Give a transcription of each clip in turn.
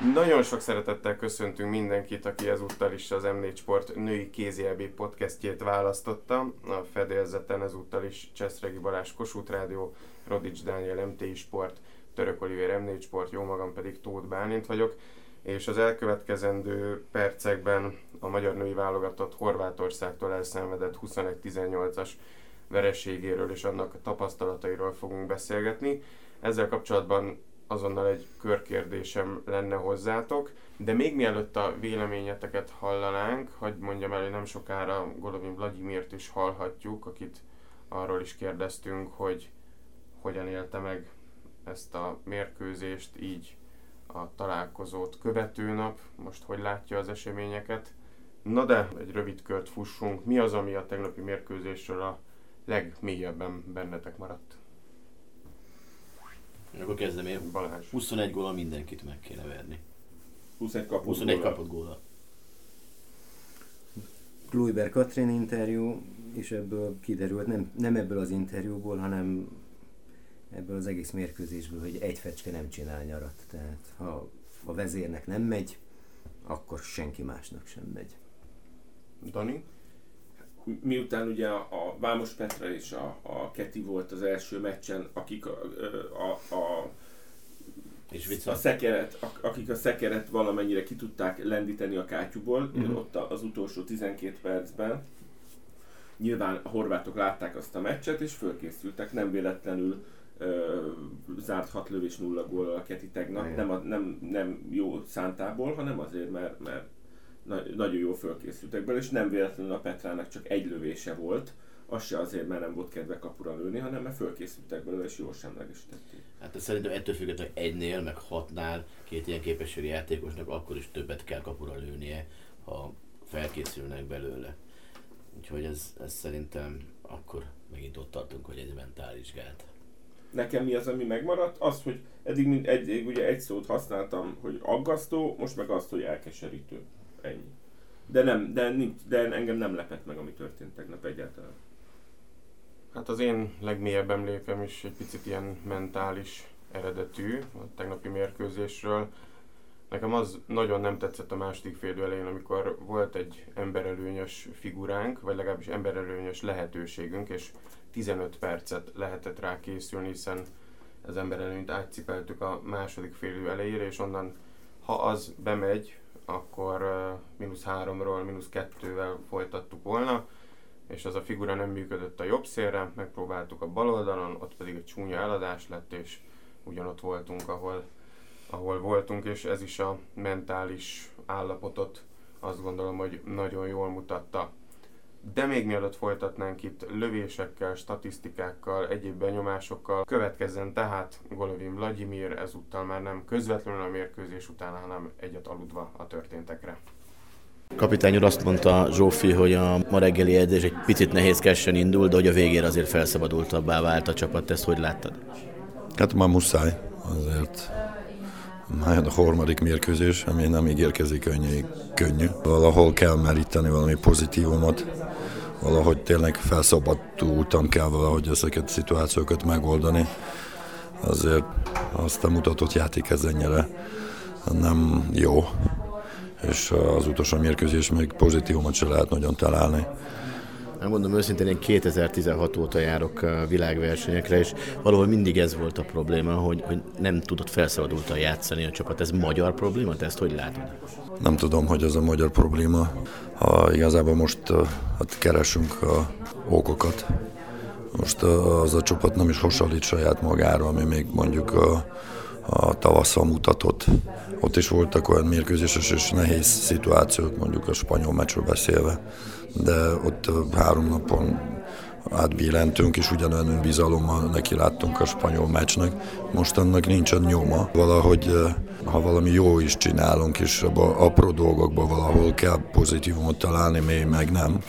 Nagyon sok szeretettel köszöntünk mindenkit, aki ezúttal is az M4 Sport női kézi-EB podcastjét választotta. A fedélzeten ezúttal is Cseszregi Balázs Kossuth Rádió, Rodics Dániel MTI Sport, Török Olivér M4 Sport, jó magam pedig Tóth Bálint vagyok. És az elkövetkezendő percekben a magyar női válogatott Horvátországtól elszenvedett 21-18-as vereségéről és annak a tapasztalatairól fogunk beszélgetni. Ezzel kapcsolatban azonnal egy körkérdésem lenne hozzátok, de még mielőtt a véleményeteket hallanánk, hadd mondjam el, hogy nem sokára Golovin Vladimirt is hallhatjuk, akit arról is kérdeztünk, hogy hogyan élte meg ezt a mérkőzést, így a találkozót követő nap, most hogy látja az eseményeket. Na de egy rövid kört fussunk. Mi az, ami a tegnapi mérkőzésről a legmélyebben bennetek maradt? Akkor kezdem én. Balázs. 21 góllal mindenkit meg kéne verni. 21 kapott góllal. Kluiber Katrin interjú, és ebből kiderült, nem ebből az interjúból, hanem ebből az egész mérkőzésből, hogy egy fecske nem csinál nyarat. Tehát ha a vezérnek nem megy, akkor senki másnak sem megy. Dani? Miután ugye a Vámos Petra és a Keti volt az első meccsen, akik akik a szekeret valamennyire ki tudták lendíteni a kátyúból, ott az utolsó 12 percben. Nyilván a horvátok látták azt a meccset és fölkészültek, nem véletlenül zárt 6 lövés 0 góllal a Keti tegnap, nem jó szántából, hanem azért, mert nagyon jól fölkészültek belőle, és nem véletlenül a Petrának csak egy lövése volt, az se azért, mert nem volt kedve kapura lőni, hanem mert fölkészültek belőle, és jól semlegesítették. Hát szerintem ettől függetlenül egynél, meg 6-nál két ilyen képességű játékosnak akkor is többet kell kapura lőnie, ha felkészülnek belőle. Úgyhogy ez szerintem akkor megint ott tartunk, hogy egy mentális gát. Nekem mi az, ami megmaradt? Az, hogy eddig ugye egy szót használtam, hogy aggasztó, most meg azt, hogy elkeserítő. Ennyi. De engem nem lepett meg, ami történt tegnap egyáltalán. Hát az én legmélyebb emlékem is egy picit ilyen mentális eredetű a tegnapi mérkőzésről. Nekem az nagyon nem tetszett a második félidő elején, amikor volt egy emberelőnyös figuránk, vagy legalábbis emberelőnyös lehetőségünk, és 15 percet lehetett rá készülni, hiszen az emberelőnyt átcipeltük a második félidő elejére, és onnan, ha az bemegy, akkor -3-ról -2-vel folytattuk volna, és az a figura nem működött a jobb szélre, megpróbáltuk a bal oldalon, ott pedig egy csúnya eladás lett, és ugyanott voltunk, ahol voltunk, és ez is a mentális állapotot azt gondolom, hogy nagyon jól mutatta. De még mielőtt folytatnánk itt lövésekkel, statisztikákkal, egyéb benyomásokkal, következzen tehát Golovin Vladimir, ezúttal már nem közvetlenül a mérkőzés után, hanem egyet aludva a történtekre. Kapitány úr azt mondta, Zsófi, hogy a ma reggeli edzés egy picit nehézkesen indul, de hogy a végére azért felszabadultabbá vált a csapat. Ezt hogy láttad? Hát már muszáj, azért már a harmadik mérkőzés, ami nem ígérkezik könnyű. Valahol kell meríteni valami pozitívumot, valahogy tényleg felszabadultan kell valahogy ezeket a szituációkat megoldani. Azért azt a mutatott játék ez ennyire nem jó, és az utolsó mérkőzés még pozitívumot se lehet nagyon találni. Megmondom őszintén, én 2016 óta járok világversenyekre, és valahol mindig ez volt a probléma, hogy nem tudott felszabadultan játszani a csapat. Ez magyar probléma? Te ezt hogy látod? Nem tudom, hogy ez a magyar probléma. Igazából most keresünk okokat. Most az a csapat nem is hasonlít saját magára, ami még mondjuk a tavasszal mutatott. Ott is voltak olyan mérkőzéses és nehéz szituációk, mondjuk a spanyol meccsről beszélve, de ott 3 napon átbillentünk, és ugyanolyan önbizalommal neki láttunk a spanyol meccsnek. Most annak nincsen nyoma. Valahogy, ha valami jó is csinálunk, és abban apró dolgokban valahol kell pozitívumot találni, még meg nem.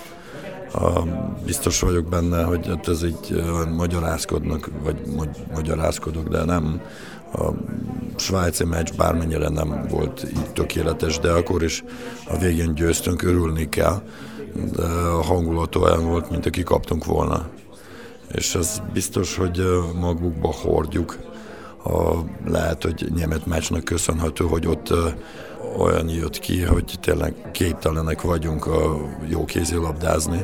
Biztos vagyok benne, hogy ez így magyarázkodnak, vagy magyarázkodok, de nem. A svájci meccs bármennyire nem volt így tökéletes, de akkor is a végén győztünk, örülni kell. De a hangulat olyan volt, mint aki kaptunk volna. És ez biztos, hogy magukba hordjuk lehet, hogy német meccsnek köszönhető, hogy ott olyan jött ki, hogy tényleg képtelenek vagyunk jó kézilabdázni,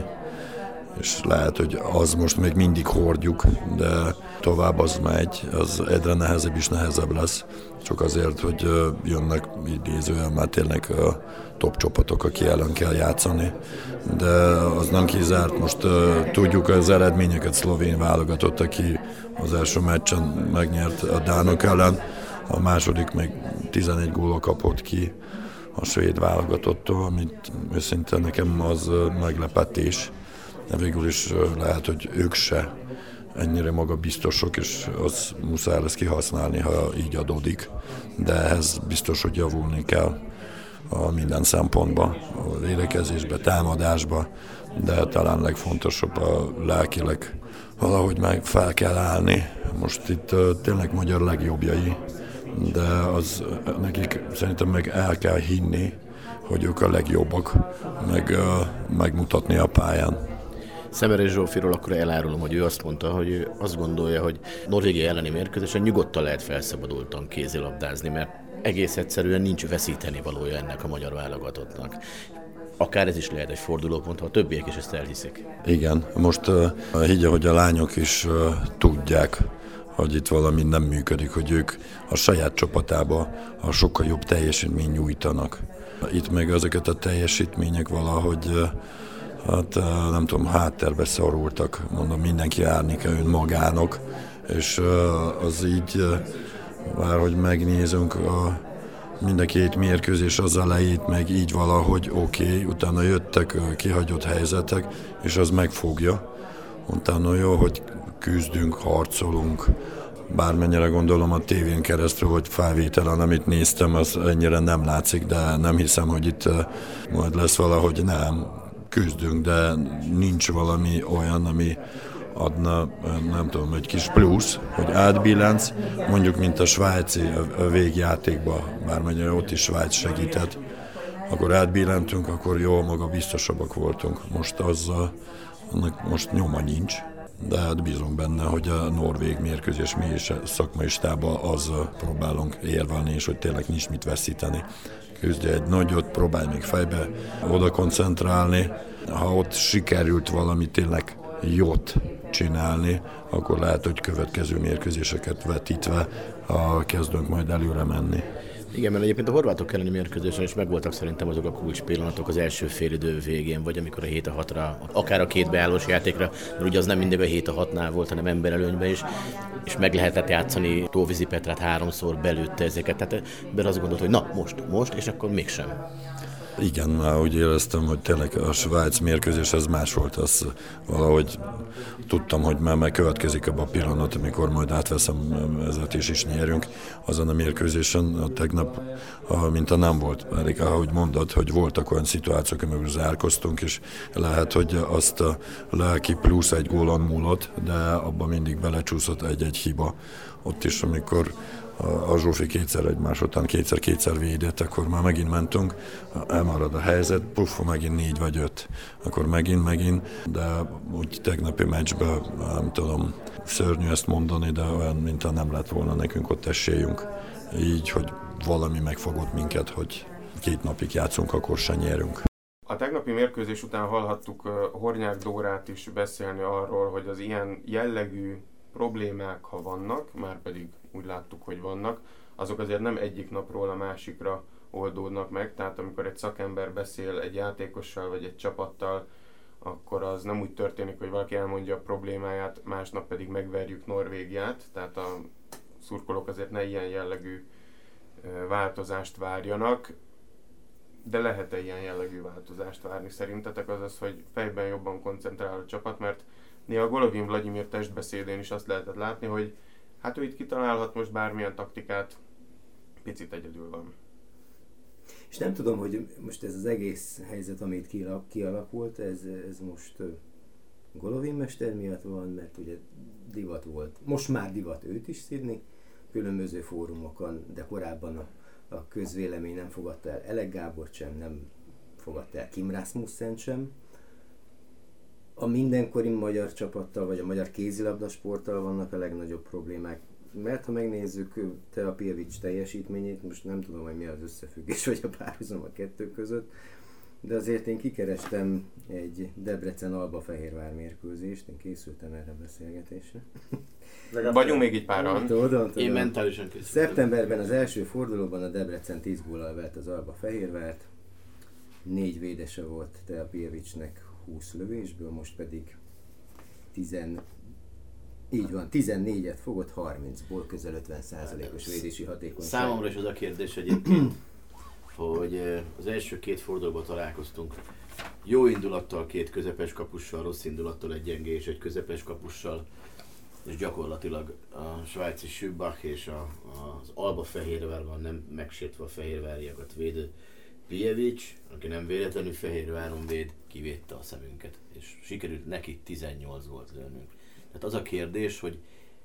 és lehet, hogy az most még mindig hordjuk, de tovább az megy, az egyre nehezebb és nehezebb lesz, csak azért, hogy jönnek idézően már tényleg top csapatok, aki ellen kell játszani, de az nem kizárt. Most tudjuk az eredményeket, szlovén válogatott, aki az első meccsen megnyert a dánok ellen, a második meg 11 góllal kapott ki a svéd válogatottól, amit őszintén nekem az meglepetés. De végül is lehet, hogy ők se ennyire magabiztosok, és az muszáj lesz kihasználni, ha így adódik. De ehhez biztos, hogy javulni kell a minden szempontban, a védekezésbe, támadásba, de talán legfontosabb a lelkileg valahogy meg fel kell állni. Most itt tényleg magyar legjobbjai, de az nekik szerintem meg el kell hinni, hogy ők a legjobbak, meg megmutatni a pályán. Szemeres Zsófiról akkor elárulom, hogy ő azt mondta, hogy ő azt gondolja, hogy Norvégia elleni mérkőzésen nyugodtan lehet felszabadultan kézilabdázni, mert egész egyszerűen nincs veszíteni valója ennek a magyar válogatottnak. Akár ez is lehet egy fordulópont, ha a többiek is ezt elhiszik. Igen, most higgye, hogy a lányok is tudják, hogy itt valami nem működik, hogy ők a saját csapatába a sokkal jobb teljesítményt nyújtanak. Itt meg ezeket a teljesítmények valahogy hát nem tudom, háttérbe szorultak, mondom, mindenki árnyéka önmagának, és az így, már hogy megnézünk, mind a két mérkőzés az elejét, meg így valahogy oké, utána jöttek kihagyott helyzetek, és az megfogja. Utána jó, hogy küzdünk, harcolunk, bármennyire gondolom a tévén keresztül, hogy felvételen, amit néztem, az ennyire nem látszik, de nem hiszem, hogy itt majd lesz valahogy nem. Küzdünk, de nincs valami olyan, ami adna, nem tudom, egy kis plusz, hogy átbillenc, mondjuk, mint a svájci végjátékban, bármennyire ott is Svájc segített, akkor átbillentünk, akkor jól magabiztosabbak voltunk. Most annak most nyoma nincs, de hát bízom benne, hogy a norvég mérkőzés mi is szakmai stábban az próbálunk érvelni, és hogy tényleg nincs mit veszíteni. Küzdje egy nagyot, próbálj még fejbe oda koncentrálni. Ha ott sikerült valami tényleg jót csinálni, akkor lehet, hogy következő mérkőzéseket vetítve kezdünk majd előre menni. Igen, mert egyébként a horvátok elleni mérkőzésen is megvoltak szerintem azok a kulcspillanatok az első félidő végén, vagy amikor a 7-6-ra, akár a két beállós játékra, mert ugye az nem mindig a 7-6-nál volt, hanem emberelőnyben is, és meg lehetett játszani Tóvízi Petrát 3-szor, belőtte ezeket, tehát ebben azt gondolt, hogy na, most, és akkor mégsem. Igen, már úgy éreztem, hogy tényleg a Svájc mérkőzés az más volt, az valahogy tudtam, hogy már következik abban a pillanat, amikor majd átveszem vezetés is nyerünk. Azon a mérkőzésen a tegnap, mint nem volt, pedig ahogy mondod, hogy voltak olyan szituációk, amikor zárkoztunk, és lehet, hogy azt a lelki plusz egy gólon múlott, de abban mindig belecsúszott egy hiba. Ott is, amikor a Zsófi kétszer egymás után, kétszer védett, akkor már megint mentünk, elmarad a helyzet, megint 4 vagy 5, akkor megint, de úgy tegnapi meccsben, nem tudom, szörnyű ezt mondani, de olyan, mintha nem lett volna nekünk ott esélyünk. Így, hogy valami megfogott minket, hogy 2 napig játszunk, akkor se nyerünk. A tegnapi mérkőzés után hallhattuk Hornyák Dórát is beszélni arról, hogy az ilyen jellegű problémák, ha vannak, már pedig úgy láttuk, hogy vannak, azok azért nem egyik napról a másikra oldódnak meg, tehát amikor egy szakember beszél egy játékossal vagy egy csapattal, akkor az nem úgy történik, hogy valaki elmondja a problémáját, másnap pedig megverjük Norvégiát, tehát a szurkolók azért ne ilyen jellegű változást várjanak, de lehet-e ilyen jellegű változást várni szerintetek, azaz, hogy fejben jobban koncentrál a csapat, mert néha Golovin Vladimir testbeszédén is azt lehetett látni, hogy hát ő itt kitalálhat most bármilyen taktikát, picit egyedül van. És nem tudom, hogy most ez az egész helyzet, amit kialakult, ez most Golovin mester miatt van, mert ugye divat volt. Most már divat őt is szidni, különböző fórumokon, de korábban a közvélemény nem fogadta el Elek Gábort sem, nem fogadta el Kim Rasmussen sem. A mindenkori magyar csapattal, vagy a magyar kézilabdasporttal vannak a legnagyobb problémák. mert ha megnézzük Teapievics teljesítményét, most nem tudom, hogy mi az összefüggés vagy a párhuzam a kettő között, de azért én kikerestem egy Debrecen-Albafehérvár mérkőzést, én készültem erre a beszélgetésre. Vagyunk még így páran. Tudom. Én mentálisan készültem. Szeptemberben az első fordulóban a Debrecen 10 góllal vert az Albafehérvárt, 4 védese volt Teapievicsnek 20 lövésből, most pedig 14-et fogott, 30-ból közel 50%-os védési hatékonyság. Számomra is az a kérdés egyébként, hogy az első 2 fordulóban találkoztunk jó indulattal 2 közepes kapussal, rossz indulattal egy gyenge és egy közepes kapussal, és gyakorlatilag a svájci Schübach és az Albafehérvárban nem megsértve a fehérváriakat védő Pievics, aki nem véletlenül Fehérváron véd, kivédte a szemünket, és sikerült neki 18 gólt lőnünk. Tehát az a kérdés, hogy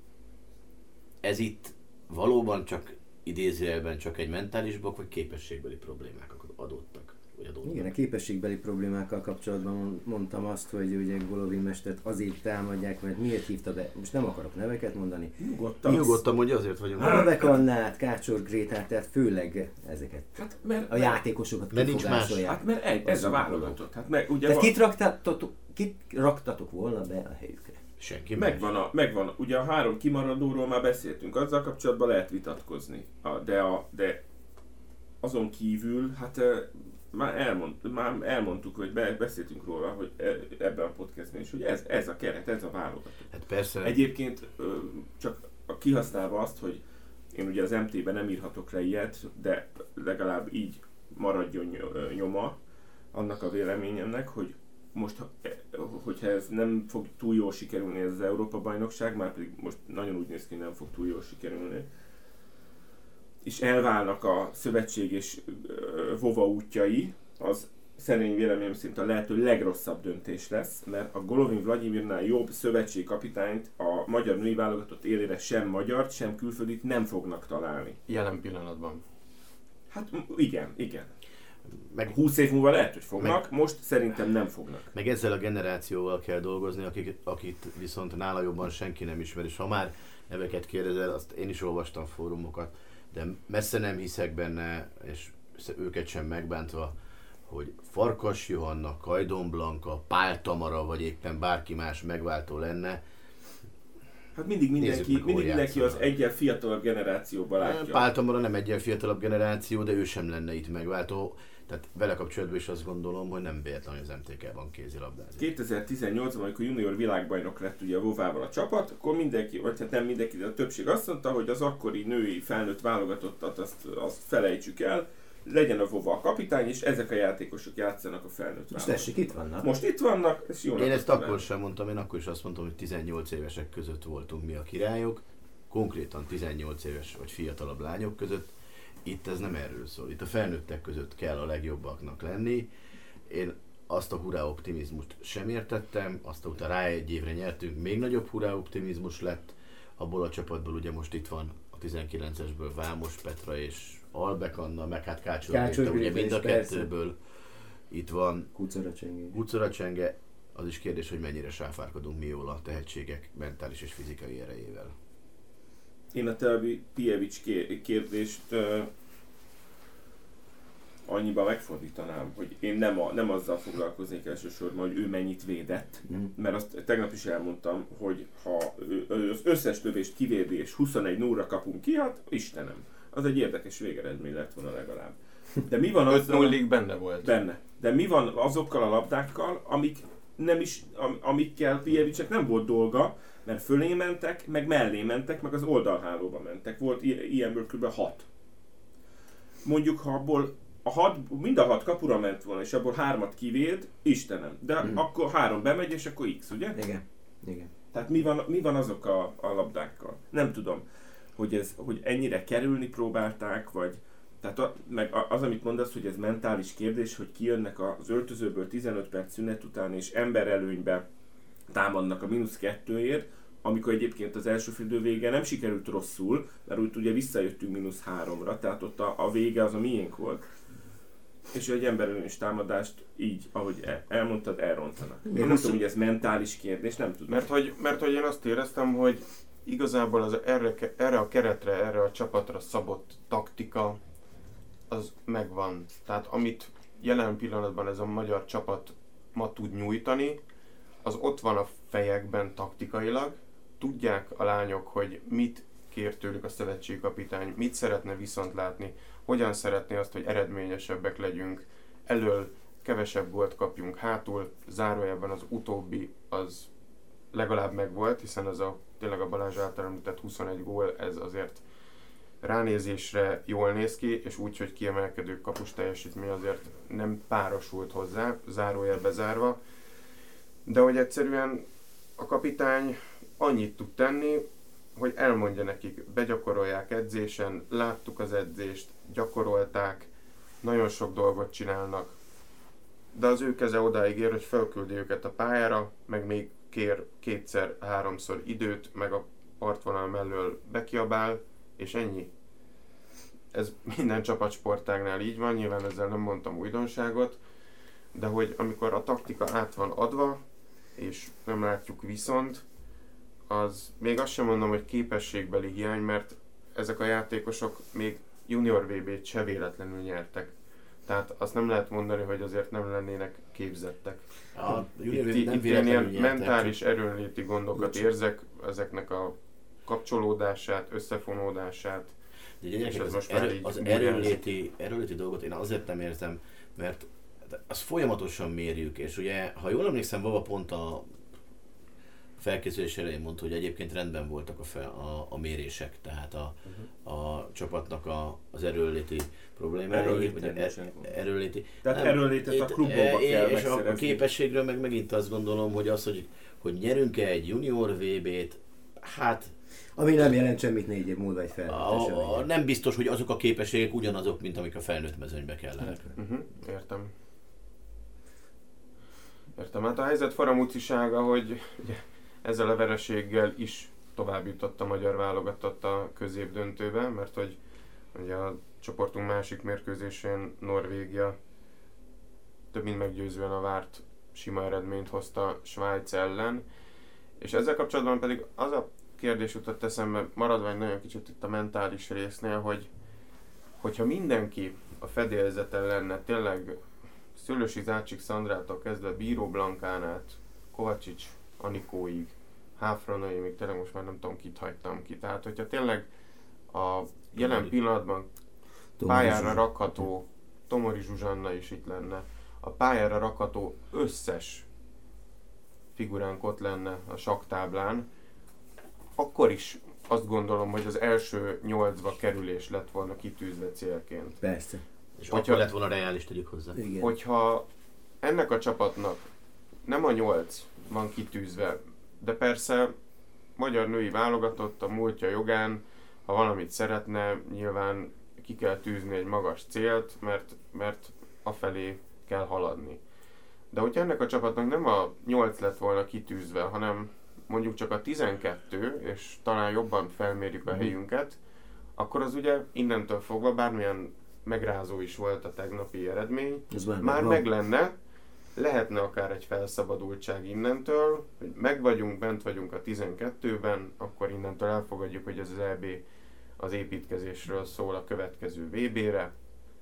ez itt valóban csak idézőjelben csak egy mentális blokk, vagy képességbeli problémák adottak? Igen, a képességbeli problémákkal kapcsolatban mondtam azt, hogy ugye Golovin mestert azért támadják, mert miért hívta be, most nem akarok neveket mondani. Nyugodtan mondja, azért vagyunk. Albek Annát, Kácsor Grétát, tehát főleg ezeket Hát, a játékosokat kifogásolják. Hát mert ez a válogatott. Hát meg, ugye tehát kit raktatok volna be a helyükre? Senki megvan. Ugye a 3 kimaradóról már beszéltünk, azzal kapcsolatban lehet vitatkozni. De azon kívül, hát már elmondtuk, hogy beszéltünk róla, hogy ebben a podcastben is, hogy ez a keret, ez a válogatott. Hát persze. Egyébként csak kihasználva azt, hogy én ugye az MT-ben nem írhatok le ilyet, de legalább így maradjon nyoma annak a véleményemnek, hogy most, hogyha ez nem fog túl jól sikerülni ez az Európa-bajnokság, már pedig most nagyon úgy néz ki, hogy nem fog túl jól sikerülni, és elválnak a szövetség és Vova útjai, az szerény véleményem szerint a lehető legrosszabb döntés lesz, mert a Golovin Vlagyimirnál jobb szövetségkapitányt a magyar női válogatott élére sem magyart, sem külföldit nem fognak találni. Jelen pillanatban. Hát igen. Meg 20 év múlva lehet, hogy fognak, most szerintem nem fognak. Meg ezzel a generációval kell dolgozni, akit viszont nála jobban senki nem ismer, és ha már neveket kérdezel, azt én is olvastam fórumokat, de messze nem hiszek benne, és őket sem megbántva, hogy Farkas Johanna, Kajdon Blanka, Pál Tamara, vagy éppen bárki más megváltó lenne. Hát mindig mindenki az egyen fiatalabb generációban látja. Pál Tamara nem egyen fiatalabb generáció, de ő sem lenne itt megváltó. Tehát vele kapcsolatban is azt gondolom, hogy nem véletlen, hogy az MTK-ban kézilabdázik. 2018-ban, amikor junior világbajnok lett ugye a Vovával a csapat, akkor mindenki, vagy hát nem mindenki, de a többség azt mondta, hogy az akkori női felnőtt válogatottat azt felejtsük el, legyen a Vova a kapitány, és ezek a játékosok játszanak a felnőtt válogatott. Tessék, itt vannak. Most itt vannak, és jó. Én ezt akkor sem mondtam, én akkor is azt mondtam, hogy 18 évesek között voltunk mi a királyok, konkrétan 18 éves vagy fiatalabb lányok között. Itt ez nem erről szól. Itt a felnőttek között kell a legjobbaknak lenni. Én azt a hurrá optimizmust sem értettem, azt utána rá egy évre nyertünk, még nagyobb hurrá optimizmus lett. Abból a csapatból ugye most itt van a 19-esből Vámos Petra és Albek Anna, meg hát Kácsor ugye mind a kettőből. Itt van Kucora Csenge. Az is kérdés, hogy mennyire sáfárkodunk mi jól a tehetségek mentális és fizikai erejével. Én a Teapievics kérdést annyiban megfordítanám, hogy én nem azzal foglalkoznék elsősorban, hogy ő mennyit védett, mert azt tegnap is elmondtam, hogy ha az összes lövést kivédi és 21-0-ra kapunk ki, hát Istenem, az egy érdekes végeredmény lett volna legalább. De mi van azzal? 5-0-ig benne volt. Benne. De mi van azokkal a labdákkal, amikkel Pievicsnek nem volt dolga, mert fölé mentek, meg mellé mentek, meg az oldalhálóba mentek. Volt ilyenből kb. 6. Mondjuk, ha abból mind a 6 kapura ment volna, és abból 3-at kivéd, Istenem. De akkor 3 bemegy, és akkor X, ugye? Igen. Tehát mi van azok a labdákkal? Nem tudom, hogy ennyire kerülni próbálták, vagy... Tehát meg az, amit mondasz, hogy ez mentális kérdés, hogy kijönnek az öltözőből 15 perc szünet után, és emberelőnybe támadnak a -2-ért, amikor egyébként az első félidő vége nem sikerült rosszul, mert úgy ugye visszajöttünk -3-ra, tehát ott a vége az a miénk volt. És egy emberelőnyös támadást így, ahogy elmondtad, elrontanak. Én nem tudom, hogy ez mentális kérdés, nem tudom. Mert hogy én azt éreztem, hogy igazából az erre a keretre, erre a csapatra szabott taktika, az megvan. Tehát amit jelen pillanatban ez a magyar csapat ma tud nyújtani, az ott van a fejekben taktikailag. Tudják a lányok, hogy mit kér tőlük a szövetségkapitány, mit szeretne viszont látni, hogyan szeretné azt, hogy eredményesebbek legyünk, elől kevesebb gólt kapjunk, hátul zárójelben az utóbbi az legalább megvolt, hiszen az tényleg a Balázs által említett 21 gól, ez azért ránézésre jól néz ki, és úgy, hogy kiemelkedő kapus teljesítmény azért nem párosult hozzá, zárójelbe zárva, de hogy egyszerűen a kapitány annyit tud tenni, hogy elmondja nekik, begyakorolják edzésen, láttuk az edzést, gyakorolták, nagyon sok dolgot csinálnak, de az ő keze odáig ér, hogy felküldi őket a pályára, meg még kér 2-3-szor időt, meg a partvonal mellől bekiabál, és ennyi. Ez minden csapatsportágnál így van, nyilván ezzel nem mondtam újdonságot, de hogy amikor a taktika át van adva, és nem látjuk viszont, az még azt sem mondom, hogy képességbeli hiány, mert ezek a játékosok még junior VB-t se véletlenül nyertek. Tehát azt nem lehet mondani, hogy azért nem lennének képzettek. Itt ilyen mentális erőnléti gondokat érzek, ezeknek a kapcsolódását, összefonódását. De az erőnléti dolgot én azért nem értem, mert azt folyamatosan mérjük, és ugye, ha jól emlékszem, Baba pont a felkészülés elején mondta, hogy egyébként rendben voltak a mérések, tehát a csapatnak az erőnléti problémái. Erőnléti. Tehát erőnlétet a klubokba kell és megszerezni. a képességről meg megint azt gondolom, hogy az, hogy nyerünk-e egy junior VB-t, hát... Ami nem jelent semmit 4 év múlva egy felnőtt. Nem biztos, hogy azok a képességek ugyanazok, mint amik a felnőtt mezőnybe kellenek. Értem. Hát a helyzet faramúcisága, hogy ugye, ezzel a vereséggel is tovább jutott a magyar válogatott a középdöntőbe, mert hogy ugye a csoportunk másik mérkőzésén Norvégia több mint meggyőzően a várt sima eredményt hozta Svájc ellen, és ezzel kapcsolatban pedig az a kérdés jutott eszembe, maradva egy nagyon kicsit itt a mentális résznél, hogyha mindenki a fedélzeten lenne, tényleg Szőlősi Zácsik Szandrától kezdve Bíró Blankán át, Kovacsics Anikóig, Háfranai, még tényleg most már nem tudom, kit hagytam ki. Tehát, hogyha tényleg a jelen pillanatban pályára rakható, Tomori Zsuzsanna is itt lenne, a pályára rakható összes figuránk ott lenne a sakktáblán, akkor is azt gondolom, hogy az első 8-ba kerülés lett volna kitűzve célként. Persze. És akkor lett volna reális, tegyük hozzá. Igen. Hogyha ennek a csapatnak nem a 8 van kitűzve, de persze magyar női válogatott a múltja jogán, ha valamit szeretne, nyilván ki kell tűzni egy magas célt, mert afelé kell haladni. De hogyha ennek a csapatnak nem a 8 lett volna kitűzve, hanem mondjuk csak a 12, és talán jobban felmérjük a helyünket, akkor az ugye innentől fogva bármilyen megrázó is volt a tegnapi eredmény, már meg lenne, lehetne akár egy felszabadultság innentől, hogy bent vagyunk a 12-ben, akkor innentől elfogadjuk, hogy ez az EB az építkezésről szól a következő VB-re,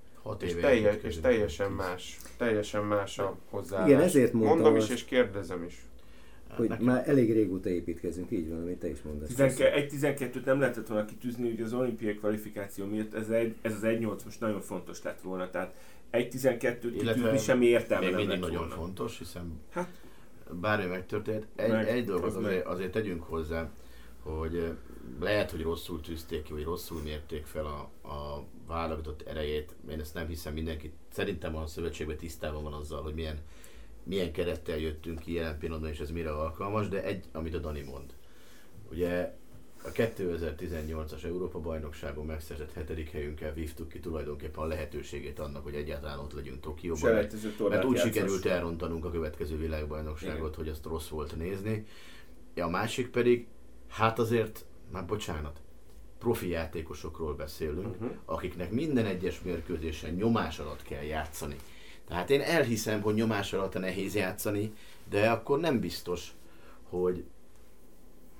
és teljesen más a hozzáállás. Igen, ezért mondom is és kérdezem is. Hogy már elég régóta építkezünk, így van, amit te is mondasz. Egy 12-t nem lehetett volna kitűzni, ugye az olimpiai kvalifikáció miatt ez az 1-8 most nagyon fontos lett volna, tehát egy 12-t kitűzni semmi értelme még nem mindig lett nagyon volna. fontos, hiszen Hát, bármi megtörtént. Egy dolgot azért tegyünk hozzá, hogy lehet, hogy rosszul tűzték ki, vagy rosszul mérték fel a válogatott erejét. Én ezt nem hiszem, mindenki szerintem a szövetségben tisztában van azzal, hogy milyen kerettel jöttünk ki jelen pillanatban, és ez mire alkalmas, de amit a Dani mond. Ugye a 2018-as Európa-bajnokságon megszerzett 7. helyünkkel vívtuk ki tulajdonképpen a lehetőségét annak, hogy egyáltalán ott legyünk Tokióban, mert úgy sikerült elrontanunk a következő világbajnokságot, hogy azt rossz volt nézni. A másik pedig, hát azért, már bocsánat, profi játékosokról beszélünk, akiknek minden egyes mérkőzésen nyomás alatt kell játszani. Tehát én elhiszem, hogy nyomás alatt nehéz játszani, de akkor nem biztos, hogy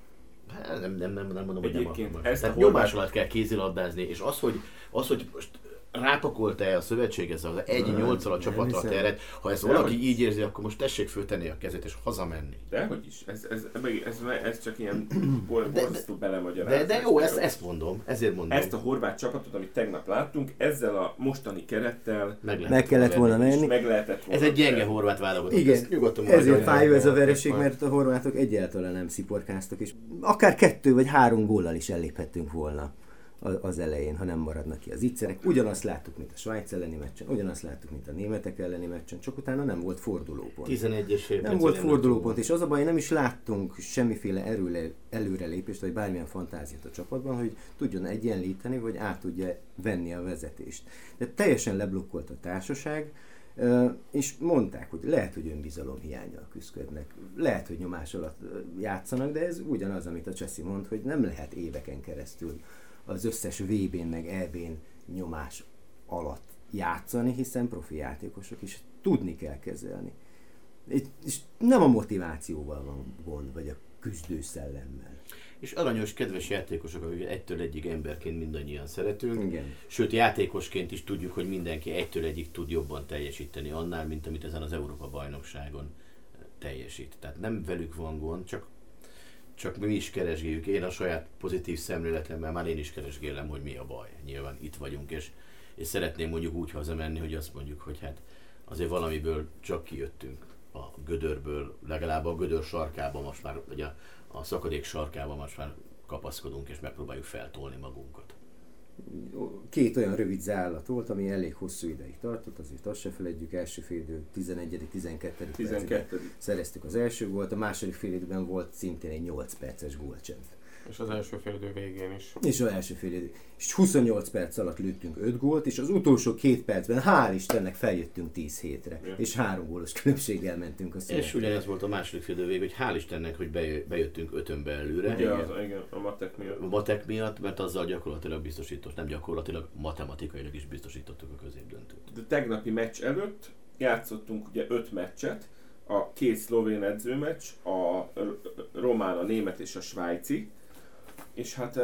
Nem mondom, hogy Egyébként nem ezt a tehát nyomás alatt kell kézilabdázni, és az, hogy most rápakolta-e a szövetség ezzel az 1-8-al a csapatra a teret, ha ezt valaki így érzi, akkor most tessék föltenni a kezét és hazamenni. Dehogy is, ez csak ilyen borzasztó belemagyarázás. De jó, ezt mondom, ezért mondom. Ezt a horvát csapatot, amit tegnap láttunk, ezzel a mostani kerettel meg kellett volna menni. meg lehetett volna. Ez egy gyenge horvát válogatott. Igen, ezért fájó ez a vereség, mert a horvátok egyáltalán nem sziporkáztak, és akár 2 vagy 3 góllal is elléphettünk volna az elején, ha nem maradnak ki az ígyszerek. Ugyanazt láttuk, mint a Svájc elleni meccsen, ugyanazt láttuk, mint a németek elleni meccsen, csak utána nem volt fordulópont. 11-es nem volt fordulópont, és az a baj, nem is láttunk semmiféle előrelépést, vagy bármilyen fantáziát a csapatban, hogy tudjon egyenlíteni, vagy át tudja venni a vezetést. De teljesen leblokkolt a társaság, és mondták, hogy lehet, hogy önbizalom hiánnyal küzdködnek, lehet, hogy nyomás alatt játszanak, de ez ugyanaz, amit a Cseszi mond, hogy nem lehet éveken keresztül az összes VB-n meg EB-n nyomás alatt játszani, hiszen profi játékosok is tudni kell kezelni. És nem a motivációval van gond, vagy a küzdő szellemmel. És aranyos, kedves játékosok, akik 1-től 1-ig emberként mindannyian szeretünk. Igen. Sőt, játékosként is tudjuk, hogy mindenki 1-től 1-ig tud jobban teljesíteni annál, mint amit ezen az Európa-bajnokságon teljesít. Tehát nem velük van gond, csak mi is keresgéljük. Én a saját pozitív szemléletemmel már én is keresgélem, hogy mi a baj. Nyilván itt vagyunk, és szeretném mondjuk úgy hazamenni, hogy azt mondjuk, hogy hát azért valamiből csak kijöttünk a gödörből, legalább a gödör sarkában most már, vagy a szakadék sarkában most már kapaszkodunk, és megpróbáljuk feltolni magunkat. 2 olyan rövid zárlat volt, ami elég hosszú ideig tartott, azért azt se feledjük, első félidő 11.-12. percben szereztük az első gólt, a második félidőben volt szintén egy 8 perces gólcsend. És az első félidő végén is. És az első félidő. És 28 perc alatt lőttünk 5 gólt, és az utolsó 2 percben, hál' Istennek feljöttünk 10 hétre, és 3 gólos különbséggel mentünk a szünetre. És ugyanez volt a második félidő vég, hogy hál' Istennek, hogy bejöttünk 5-ön belőle. Igen, a matek miatt. A matek miatt, mert azzal gyakorlatilag biztosított, nem gyakorlatilag, matematikailag is biztosítottuk a középdöntőt. De tegnapi meccs előtt játszottunk ugye 5 meccset, a 2 szlovén edzőmeccs, a román, a német és a svájci, és hát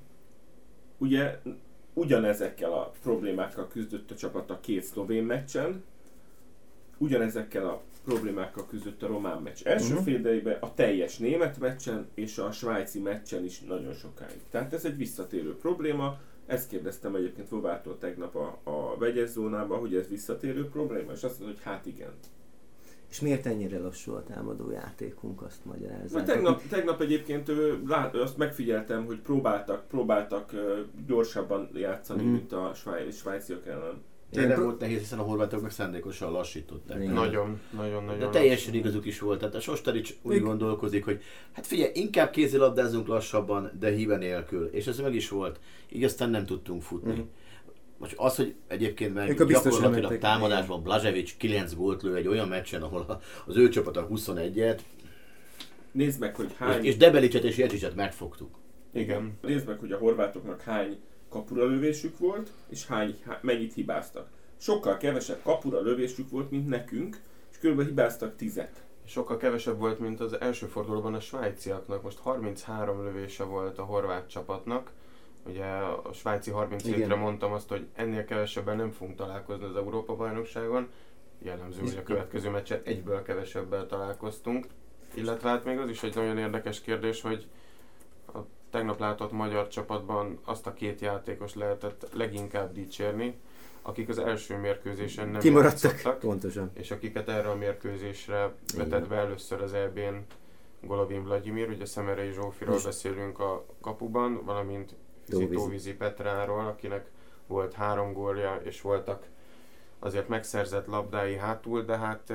ugye ugyanezekkel a problémákkal küzdött a csapat a 2 szlovén meccsen, ugyanezekkel a problémákkal küzdött a román meccs első fél idejében, a teljes német meccsen és a svájci meccsen is nagyon sokáig. Tehát ez egy visszatérő probléma, ezt kérdeztem egyébként Vovától tegnap a vegyes zónában, hogy ez visszatérő probléma, és azt mondta, hogy hát igen. És miért ennyire lassú a támadó játékunk, azt magyarázzák? Tegnap egyébként azt megfigyeltem, hogy próbáltak gyorsabban játszani, mint a svájciak ellen. Tényleg volt nehéz, hiszen a horvátok meg szándékosan lassították. Nagyon. De teljesen igazuk is volt. Tehát a Sostarics úgy gondolkozik, hogy hát figyelj, inkább kézilabdázunk lassabban, de híve nélkül. És ez meg is volt. Így aztán nem tudtunk futni. Most az, hogy egyébként meg gyakorlatilag támadásban Blažević 9 gólt lő egy olyan meccsen, ahol az ő csapata 21-et. Nézd meg, hogy hány... És Debelicet és Jecicet megfogtuk. Igen. Nézd meg, hogy a horvátoknak hány kapura lövésük volt, és mennyit hibáztak. Sokkal kevesebb kapura lövésük volt, mint nekünk, és körülbelül hibáztak 10-et. Sokkal kevesebb volt, mint az első fordulóban a svájciaknak. Most 33 lövése volt a horvát csapatnak. Ugye a svájci 37-re mondtam azt, hogy ennél kevesebben nem fogunk találkozni az Európa-bajnokságon. Jellemző, hogy a következő meccset egyből kevesebbel találkoztunk. Illetve hát még az is egy nagyon érdekes kérdés, hogy a tegnap látott magyar csapatban azt a 2 játékos lehetett leginkább dicsérni, akik az első mérkőzésen nem játszottak, pontosan. És akiket erre a mérkőzésre vetett be először az EB-n Golovin Vladimir, ugye Szemerei Zsófiról beszélünk a kapuban, valamint Tóvizi Petráról, akinek volt 3 gólja, és voltak azért megszerzett labdái hátul, de hát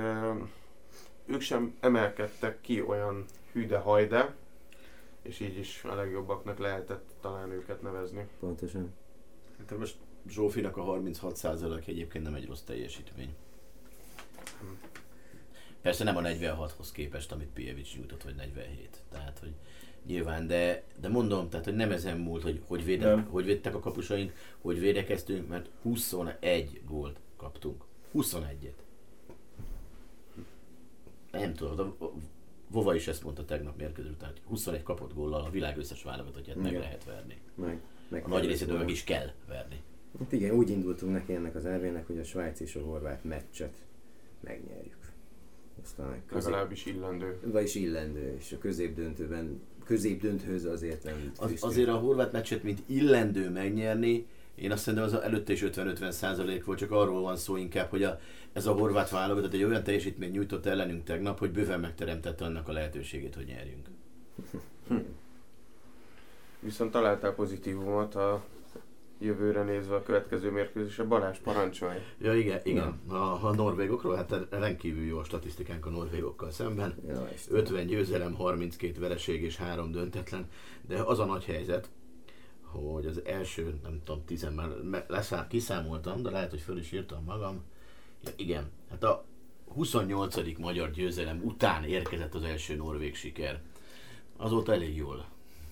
ők sem emelkedtek ki olyan hűde-hajde, és így is a legjobbaknak lehetett talán őket nevezni. Pontosan. Hát most Zsófinak a 36% egyébként nem egy rossz teljesítmény. Persze nem a 46-hoz képest, amit Pijevics nyújtott, vagy 47. Tehát, hogy nyilván, de mondom, tehát, hogy nem ezen múlt, hogy védtek a kapusaink, hogy védekeztünk, mert 21 gólt kaptunk. 21-et. Nem tudom, Vova is ezt mondta tegnap mérkőzés után, hogy 21 kapott góllal a világ összes válogatottját meg lehet verni. Meg A nagy részét meg is kell verni. Hát igen, úgy indultunk neki ennek az EB-nek, hogy a svájc és a horvát meccset megnyerjük. Aztán legalábbis illendő. Vagyis illendő, és a középdöntőhöz azért nem azért a horvát meccset, mint illendő megnyerni, én azt szerintem az előtte is 50-50% volt, csak arról van szó inkább, hogy ez a horvát válogatott egy olyan teljesítményt nyújtott ellenünk tegnap, hogy bőven megteremtette annak a lehetőségét, hogy nyerjünk. Viszont találtál pozitívumot a jövőre nézve a következő mérkőzésre. Balázs, parancsolj! Ja igen. A norvégokról, hát rendkívül jó a statisztikánk a norvégokkal szemben. Ja, 50 győzelem, 32 vereség és 3 döntetlen, de az a nagy helyzet, hogy az első, nem tudom, 10 már kiszámoltam, de lehet, hogy föl is írtam magam. Ja, igen, hát a 28. magyar győzelem után érkezett az első norvég siker. Azóta elég jól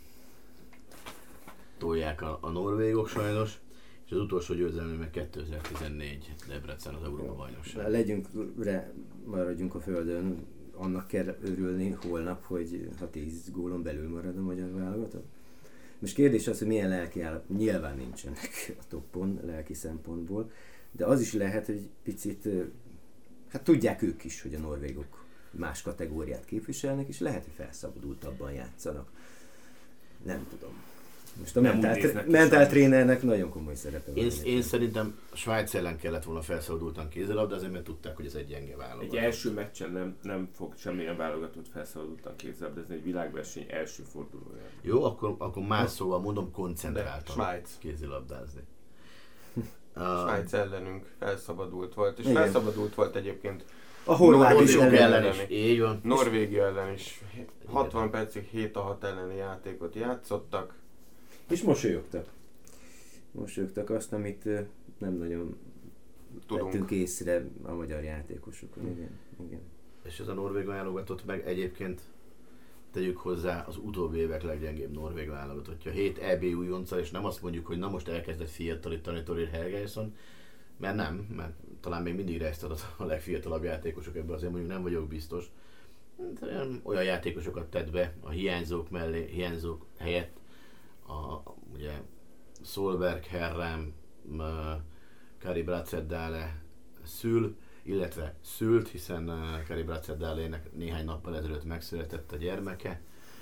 tolják a norvégok sajnos, és az utolsó győzelme meg 2014 Debrecen az Európa-bajnokság. Maradjunk a földön, annak kell örülni holnap, hogy ha 10 gólon belül marad a magyar válogatott. Most kérdés az, hogy milyen lelki állapot, nyilván nincsenek a toppon lelki szempontból, de az is lehet, hogy picit, hát tudják ők is, hogy a norvégok más kategóriát képviselnek, és lehet, hogy felszabadultabban játszanak. Nem tudom. Most a mentál trénernek nagyon komoly szerepe van. Én szerintem a Svájc ellen kellett volna felszabadultan kézzelabda, azért mert tudták, hogy ez egy gyenge válogatott. Egy első meccsen nem fog semmilyen válogatott felszabadultan kézzelabdázni, egy világverseny első fordulója. Jó, akkor más szóval mondom, koncentráltan kézilabdázni. Svájc ellenünk felszabadult volt, és igen. Felszabadult volt egyébként a horvátok ellen is. Így van. Norvégia ellen is. 60 percig 7-6 elleni játékot játszottak. És mosolyogtak. Mosolyogtak azt, amit nem nagyon vettünk észre a magyar játékosokon. Igen. És ez a norvég válogatott meg egyébként tegyük hozzá az utóbbi évek leggyengébb norvég válogatottja. 7 EB újonccal, és nem azt mondjuk, hogy na most elkezdett fiatalítani Thorir Helgason, mert talán még mindig resztad a legfiatalabb játékosok ebből, azért mondjuk nem vagyok biztos. Olyan játékosokat tett be a hiányzók helyett, ugye Solberg, Herrem, Kari Bratsdale illetve szült, hiszen Kari Bratsdale-nek néhány nappal ezelőtt megszületett a gyermeke.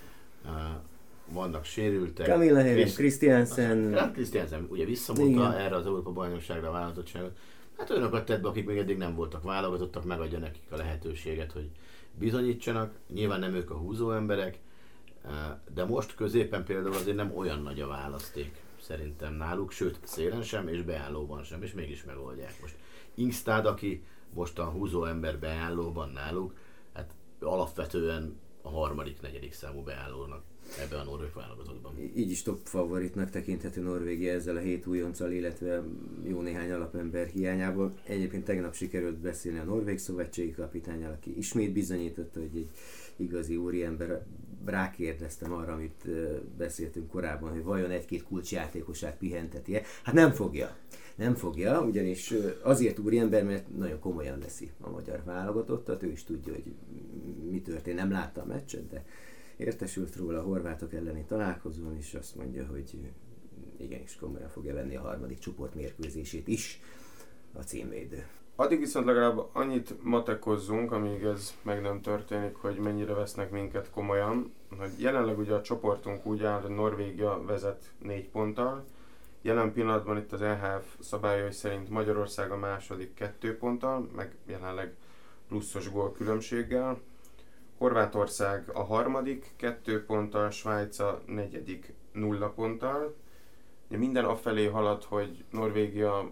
Vannak sérültek. Camilla Herrem, Christiansen ugye visszamondta erre az Európa-bajnokságra a válogatottságot. Hát olyanokat tett be, akik még eddig nem voltak válogatottak, megadja nekik a lehetőséget, hogy bizonyítsanak. Nyilván nem ők a húzó emberek, de most középen például azért nem olyan nagy a választék szerintem náluk, sőt szélen sem és beállóban sem, és mégis megoldják. Most Ingstad, aki most a húzó ember beállóban náluk, hát alapvetően a harmadik-negyedik számú beállónak ebben a norvég válogatottban. Így is top favoritnak tekinthető Norvégia ezzel a 7 újonccal, illetve jó néhány alapember hiányából. Egyébként tegnap sikerült beszélni a norvég szövetségi kapitánnyal, aki ismét bizonyította, hogy egy igazi úriember. Rákérdeztem arra, amit beszéltünk korábban, hogy vajon egy-két kulcsjátékosát pihenteti-e. Hát nem fogja, ugyanis azért úriember, mert nagyon komolyan veszi a magyar válogatottat, ő is tudja, hogy mi történt, nem látta a meccset, de értesült róla a horvátok elleni találkozón, és azt mondja, hogy igenis komolyan fogja venni a harmadik csoportmérkőzését is a címvédő. Addig viszont legalább annyit matekozzunk, amíg ez meg nem történik, hogy mennyire vesznek minket komolyan, hogy jelenleg ugye a csoportunk úgy áll, hogy Norvégia vezet 4 ponttal, jelen pillanatban itt az EHF szabályai szerint Magyarország a második 2 ponttal, meg jelenleg pluszos gólkülönbséggel, Horvátország a harmadik 2 ponttal, Svájc a negyedik 0 ponttal. Ugye minden afelé halad, hogy Norvégia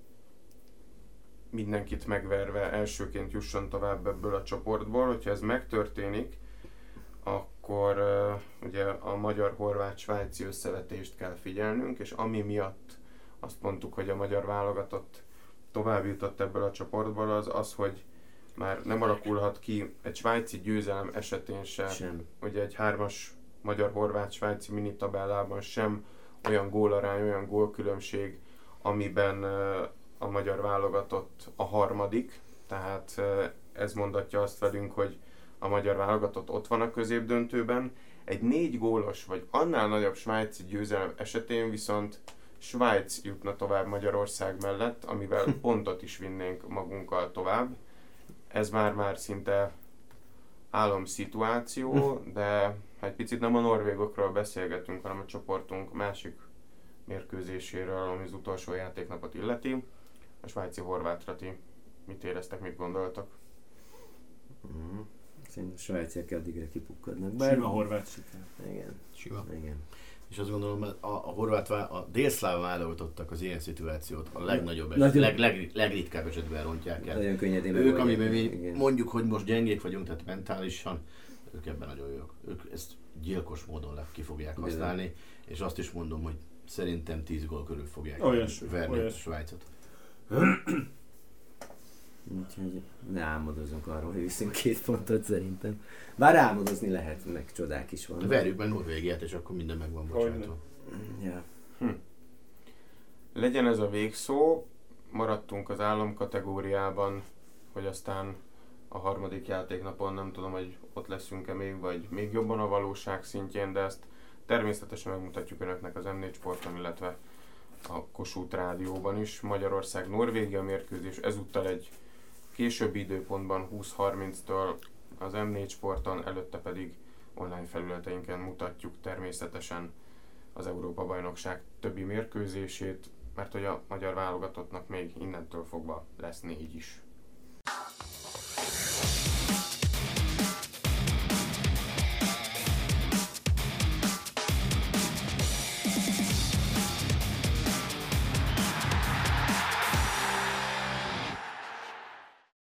mindenkit megverve elsőként jusson tovább ebből a csoportból. Hogyha ez megtörténik, akkor ugye a magyar-horvát-svájci összevetést kell figyelnünk, és ami miatt azt mondtuk, hogy a magyar válogatott tovább jutott ebből a csoportból, az, hogy már nem alakulhat ki egy svájci győzelem esetén sem. Ugye egy 3-as magyar-horvát-svájci minitabellában sem olyan gólarány, olyan gólkülönbség, amiben a magyar válogatott a harmadik, tehát ez mondatja azt velünk, hogy a magyar válogatott ott van a középdöntőben. Egy 4 gólos vagy annál nagyobb svájci győzelem esetén viszont Svájc jutna tovább Magyarország mellett, amivel pontot is vinnénk magunkkal tovább. Ez már szinte álomszituáció, de egy picit nem a norvégokról beszélgetünk, hanem a csoportunk másik mérkőzéséről, ami az utolsó játéknapot illeti. A svájci-horvátra ti mit éreztek, mit gondoltak? Szerintem a svájciak addigra kipukkadnak. Sima horvát siker. Igen. Sima. Igen. És azt gondolom, a délszláv válogatottak az ilyen szituációt a legnagyobb legritkább esetben rontják el. Nagyon könnyedén Ők, amiben mi igen. mondjuk, hogy most gyengék vagyunk, tehát mentálisan, ők ebben nagyon jók. Ők ezt gyilkos módon ki fogják használni, és azt is mondom, hogy szerintem 10 gól körül fogják verni a Svájcot. Úgyhogy ne álmodozunk arról, hogy viszünk 2 pontot szerintem. Bár álmodozni lehet, meg csodák is vannak. Verjük meg Norvégiát, és akkor minden meg van bocsátva. Ja. Legyen ez a végszó, maradtunk az álom kategóriában, hogy aztán a harmadik játéknapon nem tudom, hogy ott leszünk-e még, vagy még jobban a valóság szintjén, de ezt természetesen megmutatjuk önöknek az M4 Sporton, illetve a Kossuth Rádióban is. Magyarország-Norvégia mérkőzés ezúttal egy későbbi időpontban 20:30-től az M4 Sporton, előtte pedig online felületeinken mutatjuk természetesen az Európa-bajnokság többi mérkőzését, mert hogy a magyar válogatottnak még innentől fogva lesz 4 is.